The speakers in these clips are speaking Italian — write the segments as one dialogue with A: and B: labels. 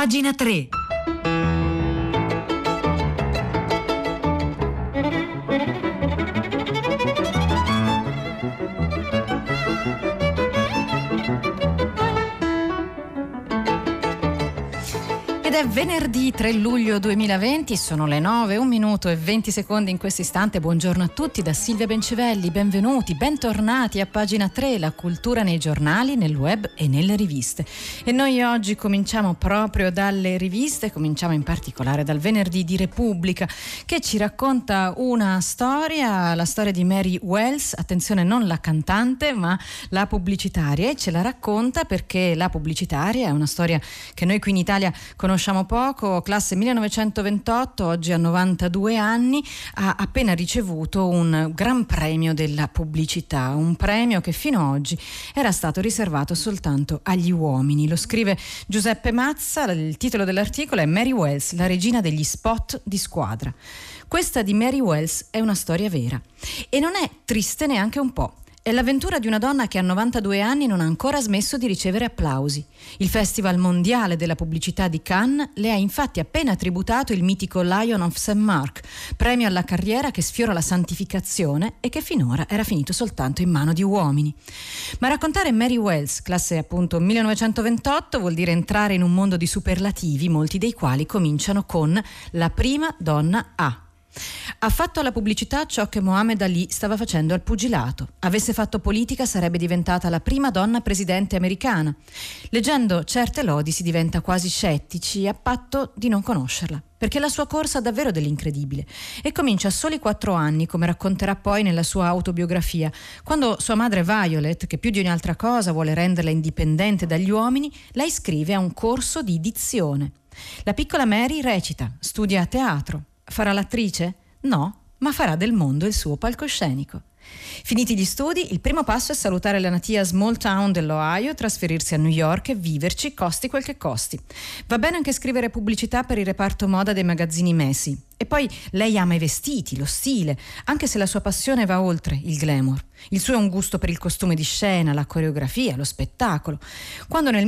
A: Pagina 3. Ed è venerdì 3 luglio 2020, sono le 9, 1 minuto e 20 secondi in questo istante. Buongiorno a tutti da Silvia Bencivelli, benvenuti, bentornati a Pagina 3, la cultura nei giornali, nel web e nelle riviste. E noi oggi cominciamo proprio dalle riviste, cominciamo in particolare dal Venerdì di Repubblica, che ci racconta una storia, la storia di Mary Wells, attenzione non la cantante ma la pubblicitaria, e ce la racconta perché la pubblicitaria è una storia che noi qui in Italia conosciamo poco. Classe 1928, oggi ha 92 anni, ha appena ricevuto un gran premio della pubblicità, un premio che fino ad oggi era stato riservato soltanto agli uomini. Lo scrive Giuseppe Mazza, il titolo dell'articolo è Mary Wells, la regina degli spot di squadra. Questa di Mary Wells è una storia vera e non è triste neanche un po'. È l'avventura di una donna che a 92 anni non ha ancora smesso di ricevere applausi. Il Festival Mondiale della Pubblicità di Cannes le ha infatti appena tributato il mitico Lion of St. Mark, premio alla carriera che sfiora la santificazione e che finora era finito soltanto in mano di uomini. Ma raccontare Mary Wells, classe appunto 1928, vuol dire entrare in un mondo di superlativi, molti dei quali cominciano con la prima donna a. Ha fatto alla pubblicità ciò che Muhammad Ali stava facendo al pugilato. Avesse fatto politica sarebbe diventata la prima donna presidente americana. Leggendo certe lodi si diventa quasi scettici a patto di non conoscerla, perché la sua corsa ha davvero dell'incredibile e comincia a soli 4 anni, come racconterà poi nella sua autobiografia, quando sua madre Violet, che più di ogni altra cosa vuole renderla indipendente dagli uomini, la iscrive a un corso di dizione. La piccola Mary recita, studia a teatro. Farà l'attrice? No, ma farà del mondo il suo palcoscenico. Finiti gli studi, il primo passo è salutare la natia small town dell'Ohio, trasferirsi a New York e viverci costi quel che costi. Va bene anche scrivere pubblicità per il reparto moda dei magazzini Macy. E poi lei ama i vestiti, lo stile, anche se la sua passione va oltre il glamour. Il suo è un gusto per il costume di scena, la coreografia, lo spettacolo. Quando nel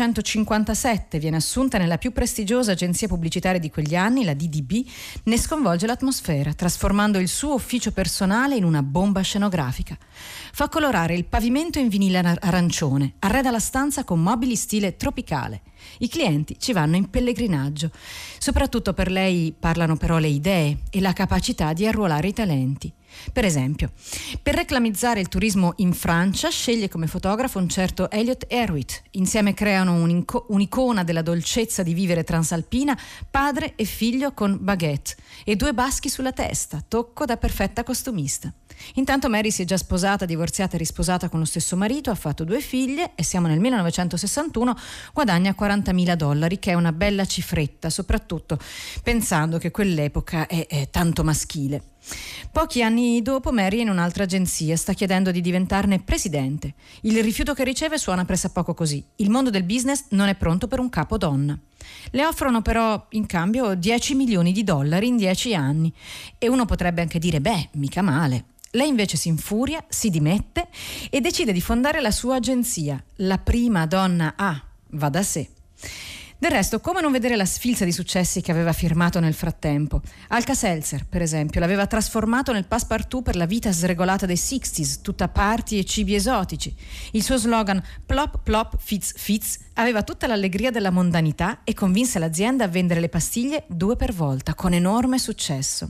A: 1957 viene assunta nella più prestigiosa agenzia pubblicitaria di quegli anni, la DDB, ne sconvolge l'atmosfera, trasformando il suo ufficio personale in una bomba scenografica. Fa colorare il pavimento in vinile arancione, arreda la stanza con mobili stile tropicale. I clienti ci vanno in pellegrinaggio. Soprattutto per lei parlano però le idee e la capacità di arruolare i talenti. Per esempio, per reclamizzare il turismo in Francia sceglie come fotografo un certo Elliot Erwitt. Insieme creano un'icona della dolcezza di vivere transalpina, padre e figlio con baguette e 2 baschi sulla testa, tocco da perfetta costumista. Intanto Mary si è già sposata, divorziata e risposata con lo stesso marito, ha fatto 2 figlie e siamo nel 1961, guadagna $40.000, che è una bella cifretta, soprattutto pensando che quell'epoca è tanto maschile. Pochi anni dopo Mary è in un'altra agenzia, sta chiedendo di diventarne presidente. Il rifiuto che riceve suona pressappoco così: il mondo del business non è pronto per un capo donna. Le offrono però in cambio $10 milioni in 10 anni e uno potrebbe anche dire mica male. Lei invece si infuria, si dimette e decide di fondare la sua agenzia, la prima donna a, va da sé. Del resto, come non vedere la sfilza di successi che aveva firmato nel frattempo? Alka-Seltzer, per esempio, l'aveva trasformato nel passepartout per la vita sregolata dei 60s, tutta party e cibi esotici. Il suo slogan Plop Plop Fizz Fizz aveva tutta l'allegria della mondanità e convinse l'azienda a vendere le pastiglie 2 per volta, con enorme successo.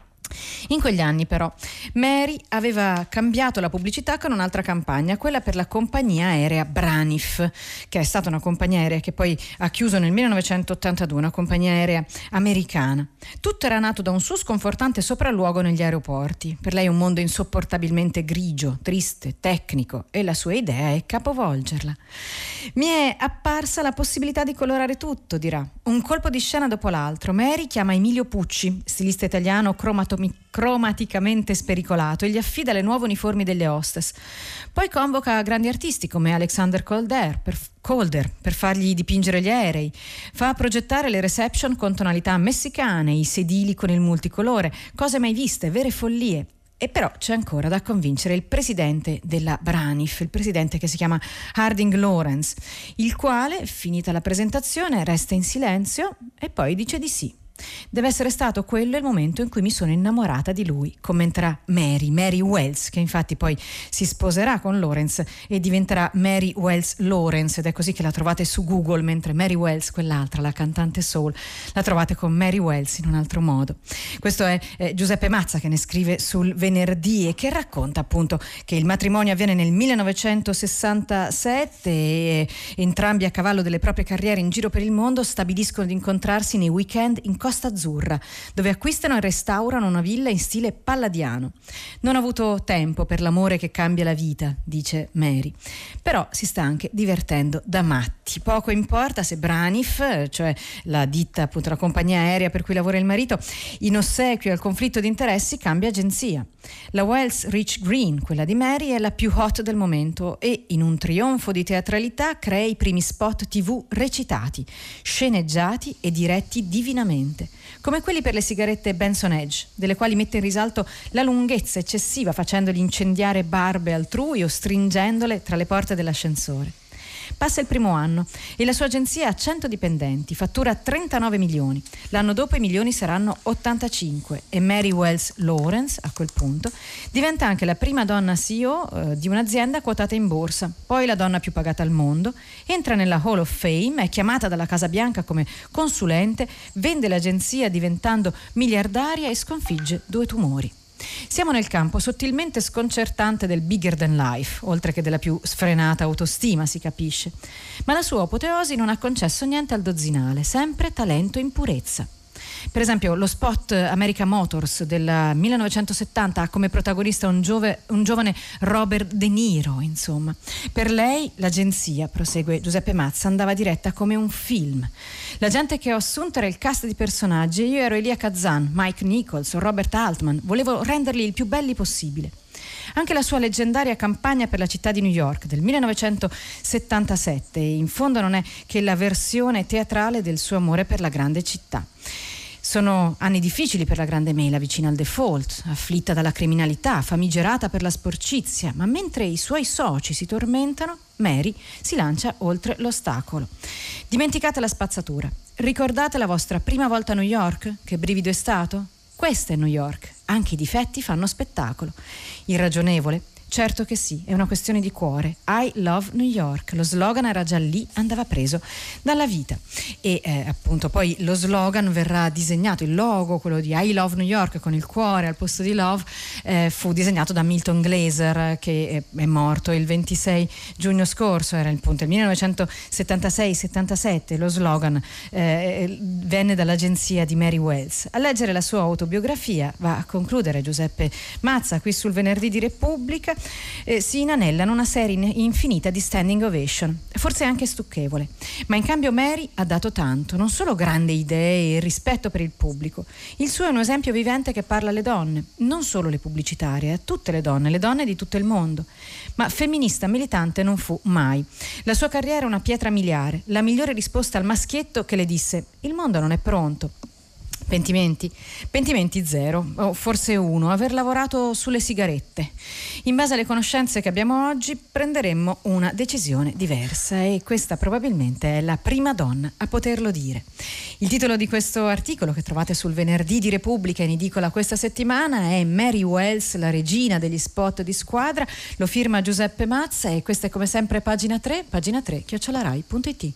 A: In quegli anni però Mary aveva cambiato la pubblicità con un'altra campagna, quella per la compagnia aerea Braniff, che è stata una compagnia aerea che poi ha chiuso nel 1982, una compagnia aerea americana. Tutto era nato da un suo sconfortante sopralluogo negli aeroporti. Per lei un mondo insopportabilmente grigio, triste, tecnico, e la sua idea è capovolgerla. Mi è apparsa la possibilità di colorare tutto, dirà. Un colpo di scena dopo l'altro. Mary chiama Emilio Pucci, stilista italiano cromaticamente spericolato, e gli affida le nuove uniformi delle hostess. Poi convoca grandi artisti come Alexander Calder per fargli dipingere gli aerei. Fa progettare le reception con tonalità messicane, i sedili con il multicolore, cose mai viste, vere follie. E però c'è ancora da convincere il presidente della Braniff, il presidente che si chiama Harding Lawrence, il quale, finita la presentazione, resta in silenzio e poi dice di sì. Deve essere stato quello il momento in cui mi sono innamorata di lui, commenterà Mary Wells, che infatti poi si sposerà con Lawrence e diventerà Mary Wells Lawrence, ed è così che la trovate su Google, mentre Mary Wells, quell'altra, la cantante soul, la trovate con Mary Wells in un altro modo. Questo è Giuseppe Mazza che ne scrive sul Venerdì e che racconta appunto che il matrimonio avviene nel 1967 e entrambi a cavallo delle proprie carriere in giro per il mondo stabiliscono di incontrarsi nei weekend in Costa Azzurra, dove acquistano e restaurano una villa in stile palladiano. Non ho avuto tempo per l'amore che cambia la vita, dice Mary, però si sta anche divertendo da matti. Poco importa se Braniff, cioè la ditta, appunto la compagnia aerea per cui lavora il marito, in ossequio al conflitto di interessi cambia agenzia. La Wells Rich Green, quella di Mary, è la più hot del momento e in un trionfo di teatralità crea i primi spot TV recitati, sceneggiati e diretti divinamente, come quelli per le sigarette Benson Edge, delle quali mette in risalto la lunghezza eccessiva facendoli incendiare barbe altrui o stringendole tra le porte dell'ascensore. Passa il primo anno e la sua agenzia ha 100 dipendenti, fattura 39 milioni. L'anno dopo i milioni saranno 85 e Mary Wells Lawrence, a quel punto, diventa anche la prima donna CEO di un'azienda quotata in borsa, poi la donna più pagata al mondo, entra nella Hall of Fame, è chiamata dalla Casa Bianca come consulente, vende l'agenzia diventando miliardaria e sconfigge 2 tumori. Siamo nel campo sottilmente sconcertante del bigger than life, oltre che della più sfrenata autostima, si capisce. Ma la sua apoteosi non ha concesso niente al dozzinale, sempre talento in purezza. Per esempio lo spot America Motors del 1970 ha come protagonista un giovane Robert De Niro, insomma. Per lei l'agenzia, prosegue Giuseppe Mazza, andava diretta come un film. La gente che ho assunto era il cast di personaggi e io ero Elia Kazan, Mike Nichols o Robert Altman, volevo renderli il più belli possibile. Anche la sua leggendaria campagna per la città di New York del 1977 in fondo non è che la versione teatrale del suo amore per la grande città. Sono anni difficili per la grande mela, vicina al default, afflitta dalla criminalità, famigerata per la sporcizia, ma mentre i suoi soci si tormentano, Mary si lancia oltre l'ostacolo. Dimenticate la spazzatura. Ricordate la vostra prima volta a New York? Che brivido è stato? Questa è New York. Anche i difetti fanno spettacolo. Irragionevole? Certo che sì, è una questione di cuore. I love New York. Lo slogan era già lì, andava preso dalla vita. E appunto poi lo slogan verrà disegnato, il logo, quello di I love New York con il cuore al posto di love, fu disegnato da Milton Glaser, che è morto il 26 giugno scorso, era appunto il 1976-77. Lo slogan venne dall'agenzia di Mary Wells. A leggere la sua autobiografia va a concludere Giuseppe Mazza qui sul Venerdì di Repubblica. Si inanellano una serie infinita di standing ovation, forse anche stucchevole, ma in cambio Mary ha dato tanto, non solo grandi idee e rispetto per il pubblico. Il suo è un esempio vivente che parla alle donne, non solo le pubblicitarie, a tutte le donne di tutto il mondo. Ma femminista militante non fu mai. La sua carriera è una pietra miliare, la migliore risposta al maschietto che le disse: il mondo non è pronto. Pentimenti? Pentimenti zero, o forse uno, aver lavorato sulle sigarette. In base alle conoscenze che abbiamo oggi prenderemmo una decisione diversa e questa probabilmente è la prima donna a poterlo dire. Il titolo di questo articolo che trovate sul Venerdì di Repubblica in edicola questa settimana è Mary Wells, la regina degli spot di squadra, lo firma Giuseppe Mazza e questa è come sempre pagina 3 @rai.it.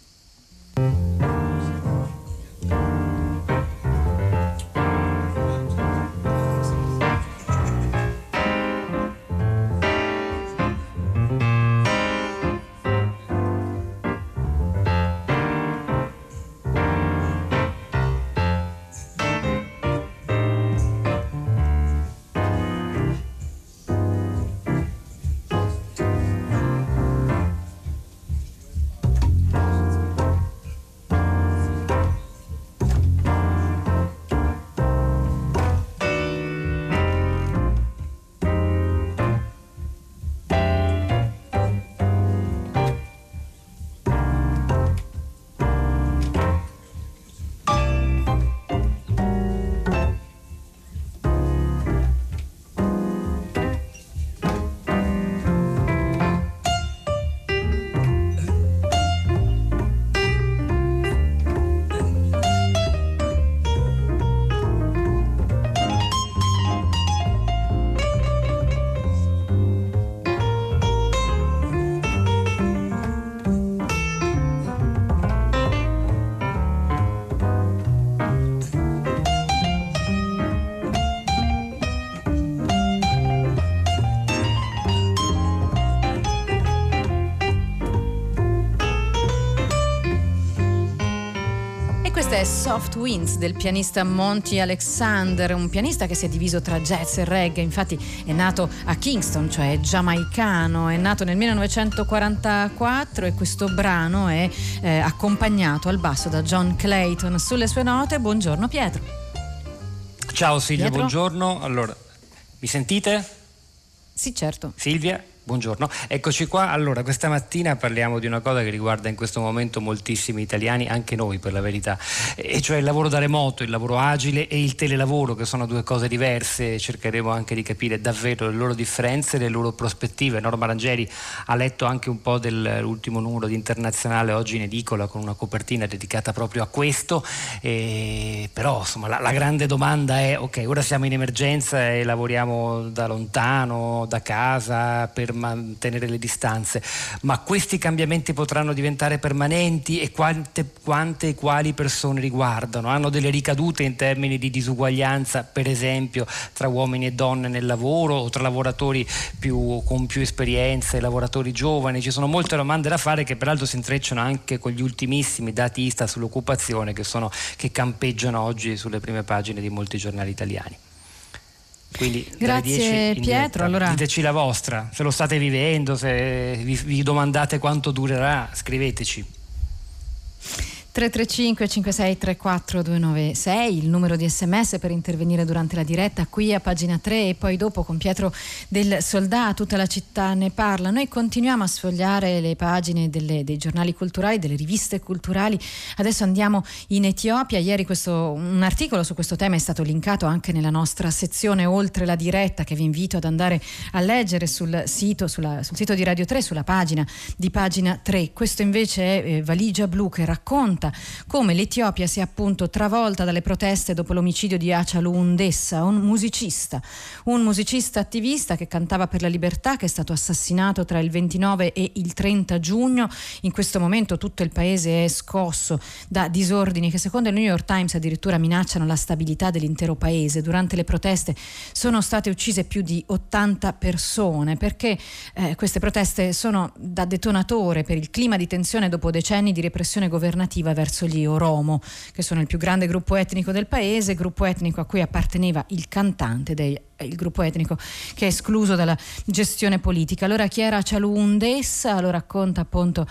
A: Questa è Soft Winds del pianista Monty Alexander, un pianista che si è diviso tra jazz e reggae. Infatti è nato a Kingston, cioè giamaicano, è nato nel 1944 e questo brano è accompagnato al basso da John Clayton. Sulle sue note, buongiorno Pietro.
B: Ciao Silvia,
A: Pietro?
B: Buongiorno. Allora, mi sentite?
A: Sì, certo.
B: Silvia? Buongiorno, eccoci qua. Allora, questa mattina parliamo di una cosa che riguarda in questo momento moltissimi italiani, anche noi per la verità, e cioè il lavoro da remoto, il lavoro agile e il telelavoro, che sono due cose diverse. Cercheremo anche di capire davvero le loro differenze, le loro prospettive. Norma Rangeri ha letto anche un po' dell'ultimo numero di Internazionale oggi in edicola, con una copertina dedicata proprio a questo, però insomma la grande domanda è: ok, ora siamo in emergenza e lavoriamo da lontano, da casa, per mantenere le distanze, ma questi cambiamenti potranno diventare permanenti, e quante e quali persone riguardano? Hanno delle ricadute in termini di disuguaglianza, per esempio tra uomini e donne nel lavoro, o tra lavoratori con più esperienza e lavoratori giovani? Ci sono molte domande da fare, che peraltro si intrecciano anche con gli ultimissimi dati ISTAT sull'occupazione, che campeggiano oggi sulle prime pagine di molti giornali italiani. Quindi,
A: grazie Pietro. Allora,
B: diteci la vostra, se lo state vivendo, se vi domandate quanto durerà, scriveteci.
A: 335 56 34 296 il numero di SMS per intervenire durante la diretta qui a Pagina 3, e poi dopo con Pietro del Soldà Tutta la città ne parla. Noi continuiamo a sfogliare le pagine dei giornali culturali, delle riviste culturali. Adesso andiamo in Etiopia. Ieri un articolo su questo tema è stato linkato anche nella nostra sezione Oltre la diretta, che vi invito ad andare a leggere sul sito di Radio 3, sulla pagina di Pagina 3. Questo invece è Valigia Blu, che racconta come l'Etiopia sia appunto travolta dalle proteste dopo l'omicidio di Hachalu Hundessa, un musicista attivista che cantava per la libertà, che è stato assassinato tra il 29 e il 30 giugno. In questo momento tutto il paese è scosso da disordini che, secondo il New York Times, addirittura minacciano la stabilità dell'intero paese. Durante le proteste sono state uccise più di 80 persone, perché queste proteste sono da detonatore per il clima di tensione dopo decenni di repressione governativa verso gli Oromo, che sono il più grande gruppo etnico del paese, gruppo etnico a cui apparteneva il cantante il gruppo etnico che è escluso dalla gestione politica. Allora, chi era Hachalu Hundessa? Lo racconta appunto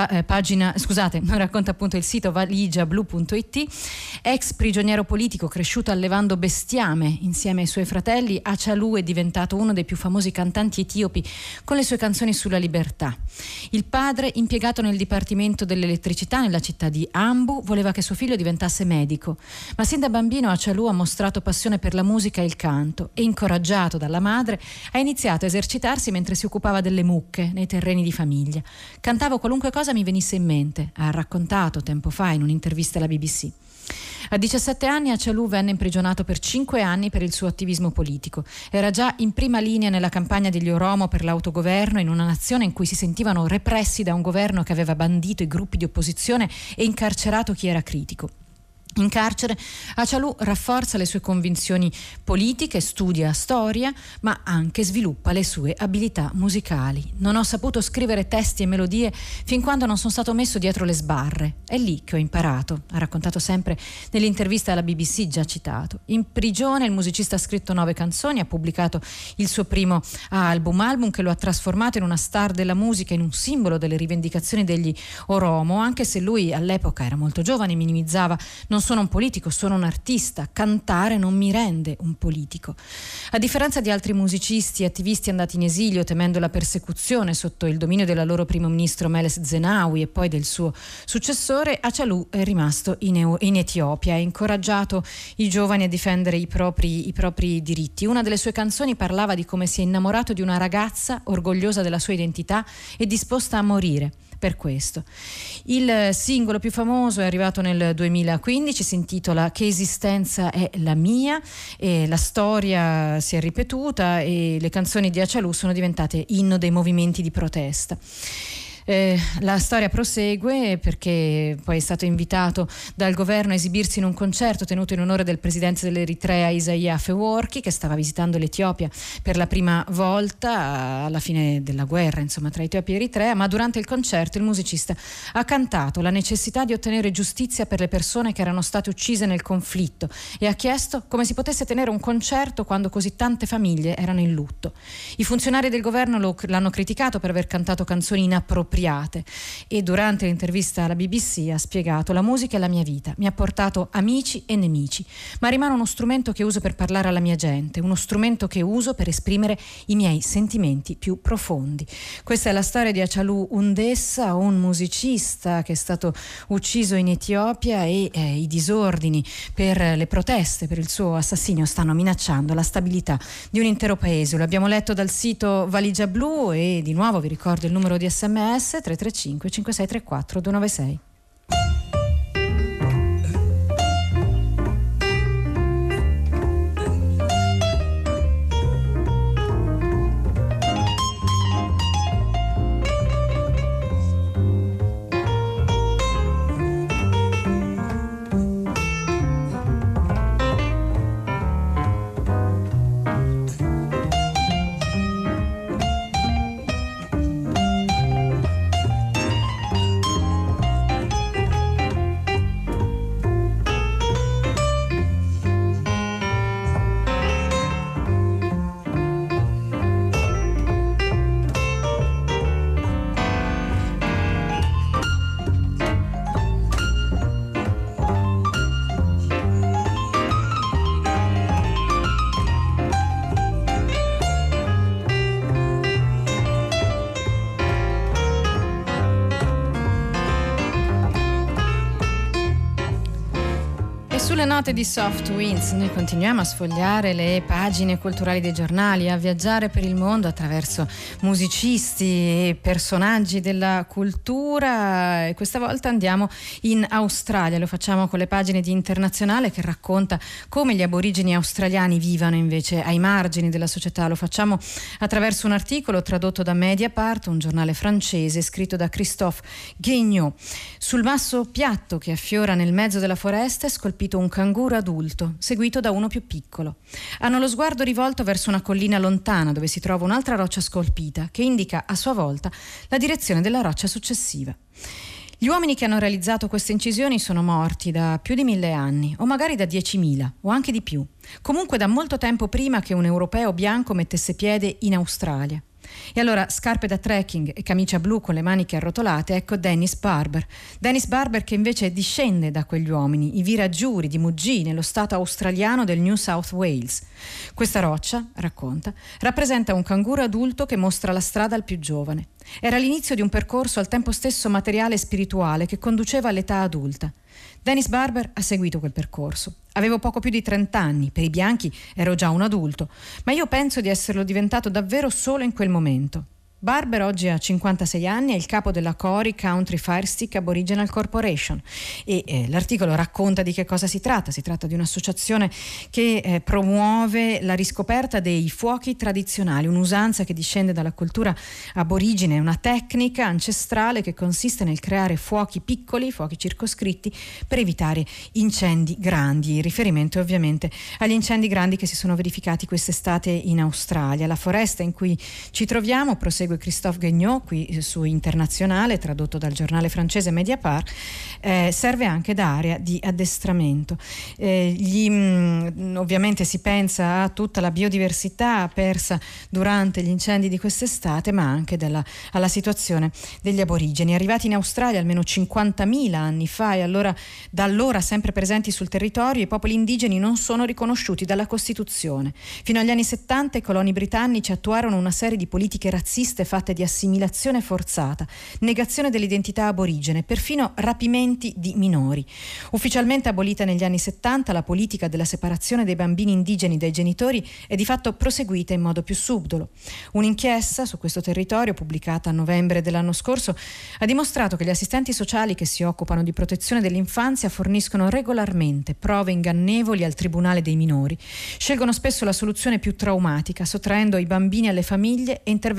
A: il sito valigiablu.it. Ex prigioniero politico, cresciuto allevando bestiame insieme ai suoi fratelli, Hachalu è diventato uno dei più famosi cantanti etiopi con le sue canzoni sulla libertà. Il padre, impiegato nel dipartimento dell'elettricità nella città di Ambu, voleva che suo figlio diventasse medico, ma sin da bambino Hachalu ha mostrato passione per la musica e il canto, e incoraggiato dalla madre ha iniziato a esercitarsi mentre si occupava delle mucche nei terreni di famiglia. Cantavo qualunque cosa mi venisse in mente, ha raccontato tempo fa in un'intervista alla BBC. A 17 anni Hachalu venne imprigionato per 5 anni per il suo attivismo politico. Era già in prima linea nella campagna degli Oromo per l'autogoverno, in una nazione in cui si sentivano repressi da un governo che aveva bandito i gruppi di opposizione e incarcerato chi era critico. In carcere Hachalu rafforza le sue convinzioni politiche, studia storia, ma anche sviluppa le sue abilità musicali. Non ho saputo scrivere testi e melodie fin quando non sono stato messo dietro le sbarre. È lì che ho imparato, ha raccontato sempre nell'intervista alla BBC già citato. In prigione il musicista ha scritto 9 canzoni, ha pubblicato il suo primo album che lo ha trasformato in una star della musica, in un simbolo delle rivendicazioni degli Oromo, anche se lui all'epoca era molto giovane, minimizzava: non sono un politico, sono un artista, cantare non mi rende un politico. A differenza di altri musicisti e attivisti andati in esilio temendo la persecuzione sotto il dominio della loro primo ministro Meles Zenawi e poi del suo successore, Hachalu è rimasto in Etiopia, ha incoraggiato i giovani a difendere i propri diritti. Una delle sue canzoni parlava di come si è innamorato di una ragazza orgogliosa della sua identità e disposta a morire per questo. Il singolo più famoso è arrivato nel 2015, si intitola Che esistenza è la mia, e la storia si è ripetuta e le canzoni di Hachalu sono diventate inno dei movimenti di protesta. La storia prosegue perché poi è stato invitato dal governo a esibirsi in un concerto tenuto in onore del presidente dell'Eritrea Isaias Afewerki, che stava visitando l'Etiopia per la prima volta alla fine della guerra, insomma, tra Etiopia e Eritrea. Ma durante il concerto il musicista ha cantato la necessità di ottenere giustizia per le persone che erano state uccise nel conflitto e ha chiesto come si potesse tenere un concerto quando così tante famiglie erano in lutto. I funzionari del governo l'hanno criticato per aver cantato canzoni inappropriate e durante l'intervista alla BBC ha spiegato: la musica è la mia vita, mi ha portato amici e nemici, ma rimane uno strumento che uso per parlare alla mia gente, uno strumento che uso per esprimere i miei sentimenti più profondi. Questa è la storia di Hachalu Hundessa, un musicista che è stato ucciso in Etiopia e i disordini per le proteste per il suo assassinio stanno minacciando la stabilità di un intero paese. Lo abbiamo letto dal sito Valigia Blu e di nuovo vi ricordo il numero di SMS 335 5634 296. Sulle note di Soft Winds noi continuiamo a sfogliare le pagine culturali dei giornali, a viaggiare per il mondo attraverso musicisti e personaggi della cultura, e questa volta andiamo in Australia. Lo facciamo con le pagine di Internazionale, che racconta come gli aborigeni australiani vivano invece ai margini della società. Lo facciamo attraverso un articolo tradotto da Mediapart, un giornale francese, scritto da Christophe Guignot. Sul masso piatto che affiora nel mezzo della foresta è scolpito un canguro adulto, seguito da uno più piccolo. Hanno lo sguardo rivolto verso una collina lontana dove si trova un'altra roccia scolpita che indica a sua volta la direzione della roccia successiva. Gli uomini che hanno realizzato queste incisioni sono morti da più di 1000 anni, o magari da 10.000, o anche di più. Comunque da molto tempo prima che un europeo bianco mettesse piede in Australia. E allora scarpe da trekking e camicia blu con le maniche arrotolate, ecco Dennis Barber. Dennis Barber che invece discende da quegli uomini, i Wiradjuri di Mudgee, nello stato australiano del New South Wales. Questa roccia, racconta, rappresenta un canguro adulto che mostra la strada al più giovane. Era l'inizio di un percorso al tempo stesso materiale e spirituale che conduceva all'età adulta. Dennis Barber ha seguito quel percorso. Avevo poco più di 30 anni, per i bianchi ero già un adulto, ma io penso di esserlo diventato davvero solo in quel momento. Barber oggi ha 56 anni, è il capo della Cory Country Firestick Aboriginal Corporation e l'articolo racconta di che cosa si tratta. Si tratta di un'associazione che promuove la riscoperta dei fuochi tradizionali, un'usanza che discende dalla cultura aborigine, una tecnica ancestrale che consiste nel creare fuochi piccoli, fuochi circoscritti, per evitare incendi grandi. Il riferimento è ovviamente agli incendi grandi che si sono verificati quest'estate in Australia. La foresta in cui ci troviamo, prosegue Christophe Guignot qui su Internazionale, tradotto dal giornale francese Mediapart, serve anche da area di addestramento. Ovviamente si pensa a tutta la biodiversità persa durante gli incendi di quest'estate, ma anche alla situazione degli aborigeni arrivati in Australia almeno 50.000 anni fa, e allora da allora sempre presenti sul territorio. I popoli indigeni non sono riconosciuti dalla Costituzione. Fino agli anni 70 i coloni britannici attuarono una serie di politiche razziste fatte di assimilazione forzata, negazione dell'identità aborigene, perfino rapimenti di minori. Ufficialmente abolita negli anni 70, la politica della separazione dei bambini indigeni dai genitori è di fatto proseguita in modo più subdolo. Un'inchiesta su questo territorio, pubblicata a novembre dell'anno scorso, ha dimostrato che gli assistenti sociali che si occupano di protezione dell'infanzia forniscono regolarmente prove ingannevoli al Tribunale dei minori, scelgono spesso la soluzione più traumatica, sottraendo i bambini alle famiglie, e intervengono senza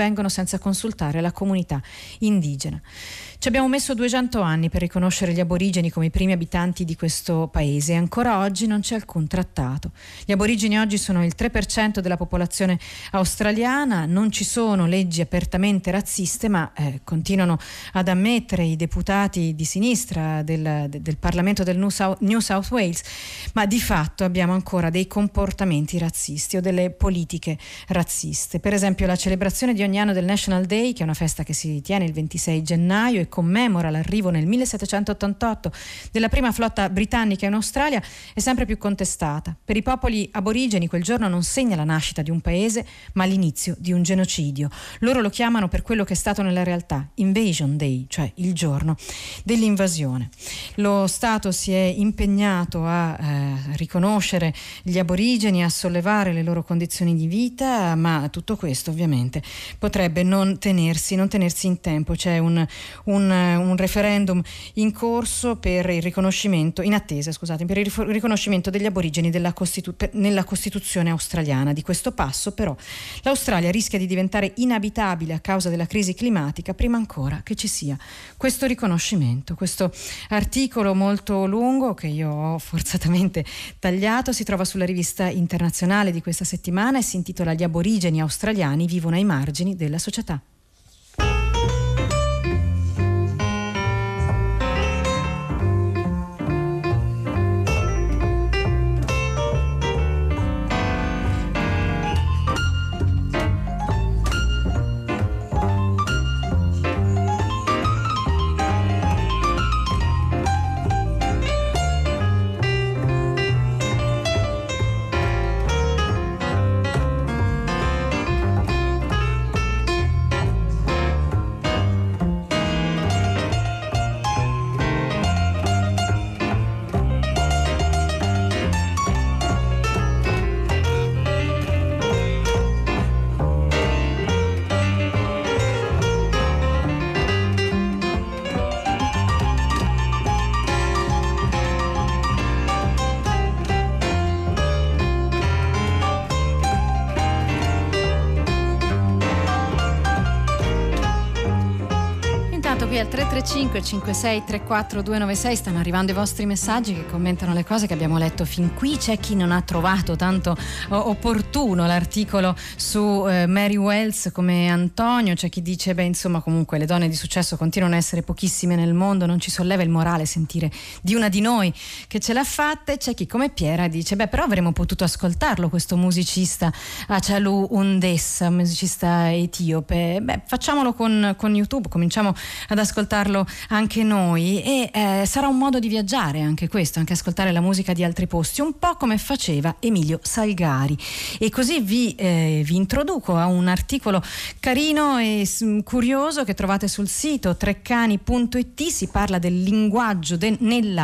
A: senza consultare la comunità indigena. Ci abbiamo messo 200 anni per riconoscere gli aborigeni come i primi abitanti di questo paese e ancora oggi non c'è alcun trattato. Gli aborigeni oggi sono il 3% della popolazione australiana, non ci sono leggi apertamente razziste, ma continuano ad ammettere i deputati di sinistra del Parlamento del New South Wales, ma di fatto abbiamo ancora dei comportamenti razzisti o delle politiche razziste. Per esempio la celebrazione di ogni anno del National Day, che è una festa che si tiene il 26 gennaio e commemora l'arrivo nel 1788 della prima flotta britannica in Australia, è sempre più contestata. Per i popoli aborigeni quel giorno non segna la nascita di un paese, ma l'inizio di un genocidio. Loro lo chiamano per quello che è stato nella realtà Invasion Day, cioè il giorno dell'invasione. Lo Stato si è impegnato a riconoscere gli aborigeni, a sollevare le loro condizioni di vita, ma tutto questo ovviamente potrebbe non tenersi in tempo. C'è un referendum in corso per il riconoscimento, in attesa, scusate, per il riconoscimento degli aborigeni nella Costituzione australiana. Di questo passo però l'Australia rischia di diventare inabitabile a causa della crisi climatica prima ancora che ci sia questo riconoscimento. Questo articolo molto lungo che io ho forzatamente tagliato si trova sulla rivista internazionale di questa settimana e si intitola Gli aborigeni australiani vivono ai margini della società. Qui al 335 56 34 296 stanno arrivando i vostri messaggi che commentano le cose che abbiamo letto fin qui. C'è chi non ha trovato tanto opportuno l'articolo su Mary Wells come Antonio, c'è chi dice insomma comunque le donne di successo continuano a essere pochissime nel mondo, non ci solleva il morale sentire di una di noi che ce l'ha fatta, e c'è chi come Piera dice però avremmo potuto ascoltarlo questo musicista Hachalu Hundessa, un musicista etiope, facciamolo con YouTube, cominciamo ad ascoltarlo anche noi e sarà un modo di viaggiare anche questo, anche ascoltare la musica di altri posti, un po' come faceva Emilio Salgari. E così vi introduco a un articolo carino e curioso che trovate sul sito treccani.it. si parla del linguaggio il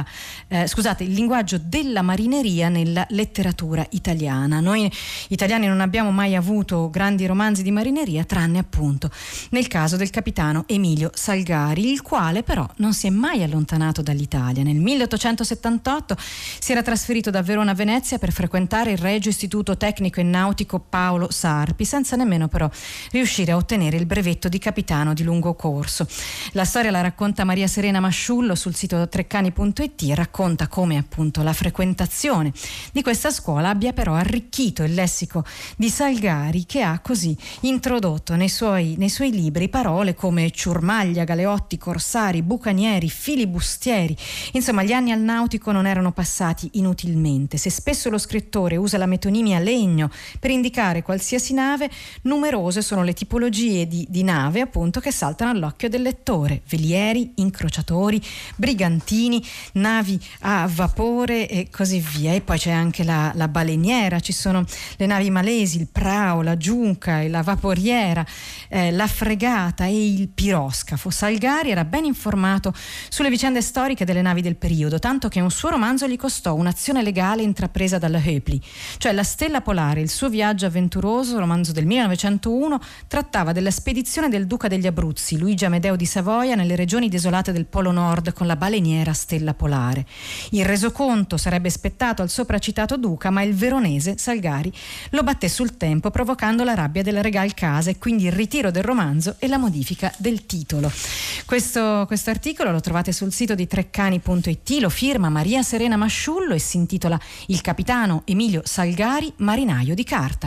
A: linguaggio della marineria nella letteratura italiana. Noi italiani non abbiamo mai avuto grandi romanzi di marineria, tranne appunto nel caso del capitano Emilio Salgari, il quale però non si è mai allontanato dall'Italia. Nel 1878 si era trasferito da Verona a Venezia per frequentare il Regio Istituto Tecnico e Nautico Paolo Sarpi, senza nemmeno però riuscire a ottenere il brevetto di capitano di lungo corso. La storia la racconta Maria Serena Masciullo sul sito treccani.it e racconta come appunto la frequentazione di questa scuola abbia però arricchito il lessico di Salgari, che ha così introdotto nei suoi libri parole come ciurmaglia, galeotti, corsari, bucanieri, filibustieri. Insomma, gli anni al nautico non erano passati inutilmente. Se spesso lo scrittore usa la metonimia legno per indicare qualsiasi nave, numerose sono le tipologie di nave appunto che saltano all'occhio del lettore: velieri, incrociatori, brigantini, navi a vapore e così via. E poi c'è anche la baleniera, ci sono le navi malesi, il prao, la giunca, la vaporiera, la fregata e il piroscafo. Salgari Salgari era ben informato sulle vicende storiche delle navi del periodo, tanto che un suo romanzo gli costò un'azione legale intrapresa dalla Hoepli, cioè La Stella Polare, il suo viaggio avventuroso, romanzo del 1901, trattava della spedizione del duca degli Abruzzi, Luigi Amedeo di Savoia, nelle regioni desolate del Polo Nord con la baleniera Stella Polare. Il resoconto sarebbe spettato al sopracitato duca, ma il veronese Salgari lo batté sul tempo, provocando la rabbia della Regal Casa e quindi il ritiro del romanzo e la modifica del titolo. Questo articolo lo trovate sul sito di treccani.it, lo firma Maria Serena Masciullo e si intitola Il capitano Emilio Salgari, marinaio di carta.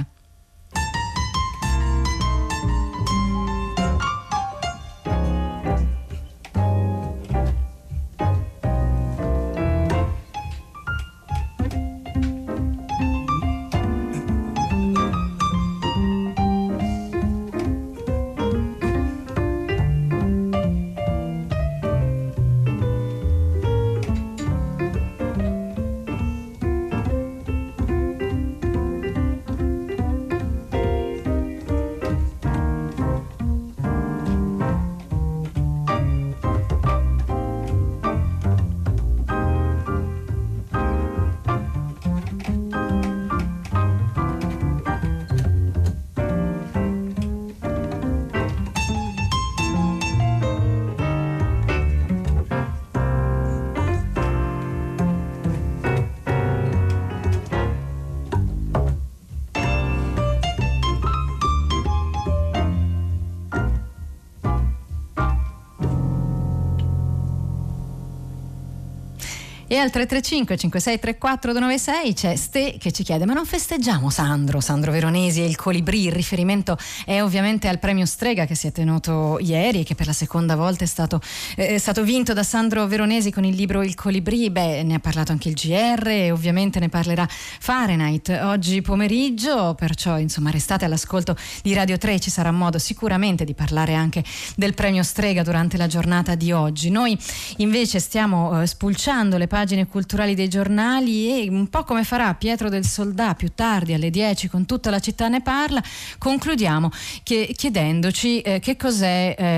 A: E al 335 5634 296 c'è Ste che ci chiede: ma non festeggiamo Sandro Veronesi e il Colibrì? Il riferimento è ovviamente al premio Strega che si è tenuto ieri e che per la seconda volta è stato vinto da Sandro Veronesi con il libro Il Colibrì. Ne ha parlato anche il GR e ovviamente ne parlerà Fahrenheit oggi pomeriggio, perciò insomma restate all'ascolto di Radio 3, ci sarà modo sicuramente di parlare anche del premio Strega durante la giornata di oggi. Noi invece stiamo spulciando le pagine culturali dei giornali e un po' come farà Pietro del Soldà più tardi alle 10 con Tutta la città ne parla, concludiamo chiedendoci cosa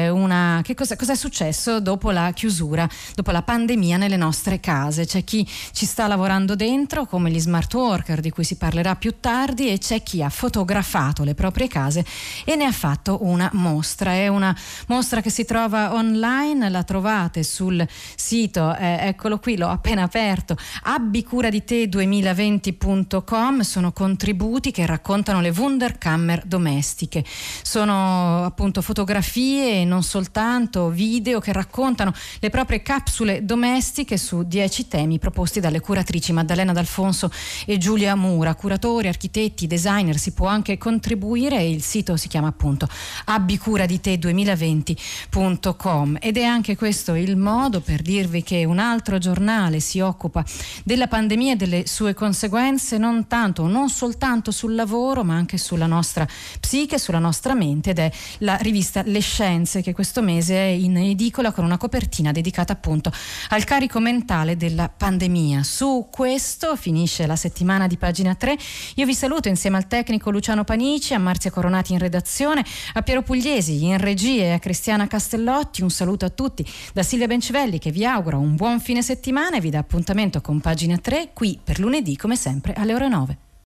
A: è successo dopo la chiusura, dopo la pandemia nelle nostre case. C'è chi ci sta lavorando dentro come gli smart worker di cui si parlerà più tardi e c'è chi ha fotografato le proprie case e ne ha fatto una mostra. È una mostra che si trova online, la trovate sul sito, eccolo qui, l'ho appena aperto, abbicura-di-te2020.com. sono contributi che raccontano le Wunderkammer domestiche, sono appunto fotografie e non soltanto video che raccontano le proprie capsule domestiche su 10 temi proposti dalle curatrici Maddalena D'Alfonso e Giulia Mura, curatori, architetti, designer. Si può anche contribuire e il sito si chiama appunto abbicura-di-te2020.com ed è anche questo il modo per dirvi che un altro giornale si occupa della pandemia e delle sue conseguenze non soltanto sul lavoro ma anche sulla nostra psiche, sulla nostra mente, ed è la rivista Le Scienze che questo mese è in edicola con una copertina dedicata appunto al carico mentale della pandemia. Su questo finisce la settimana di Pagina 3. Io vi saluto insieme al tecnico Luciano Panici, a Marzia Coronati in redazione, a Piero Pugliesi in regia e a Cristiana Castellotti. Un saluto a tutti da Silvia Bencivelli che vi augura un buon fine settimana e vi dà appuntamento con Pagina 3 qui per lunedì come sempre alle ore 9.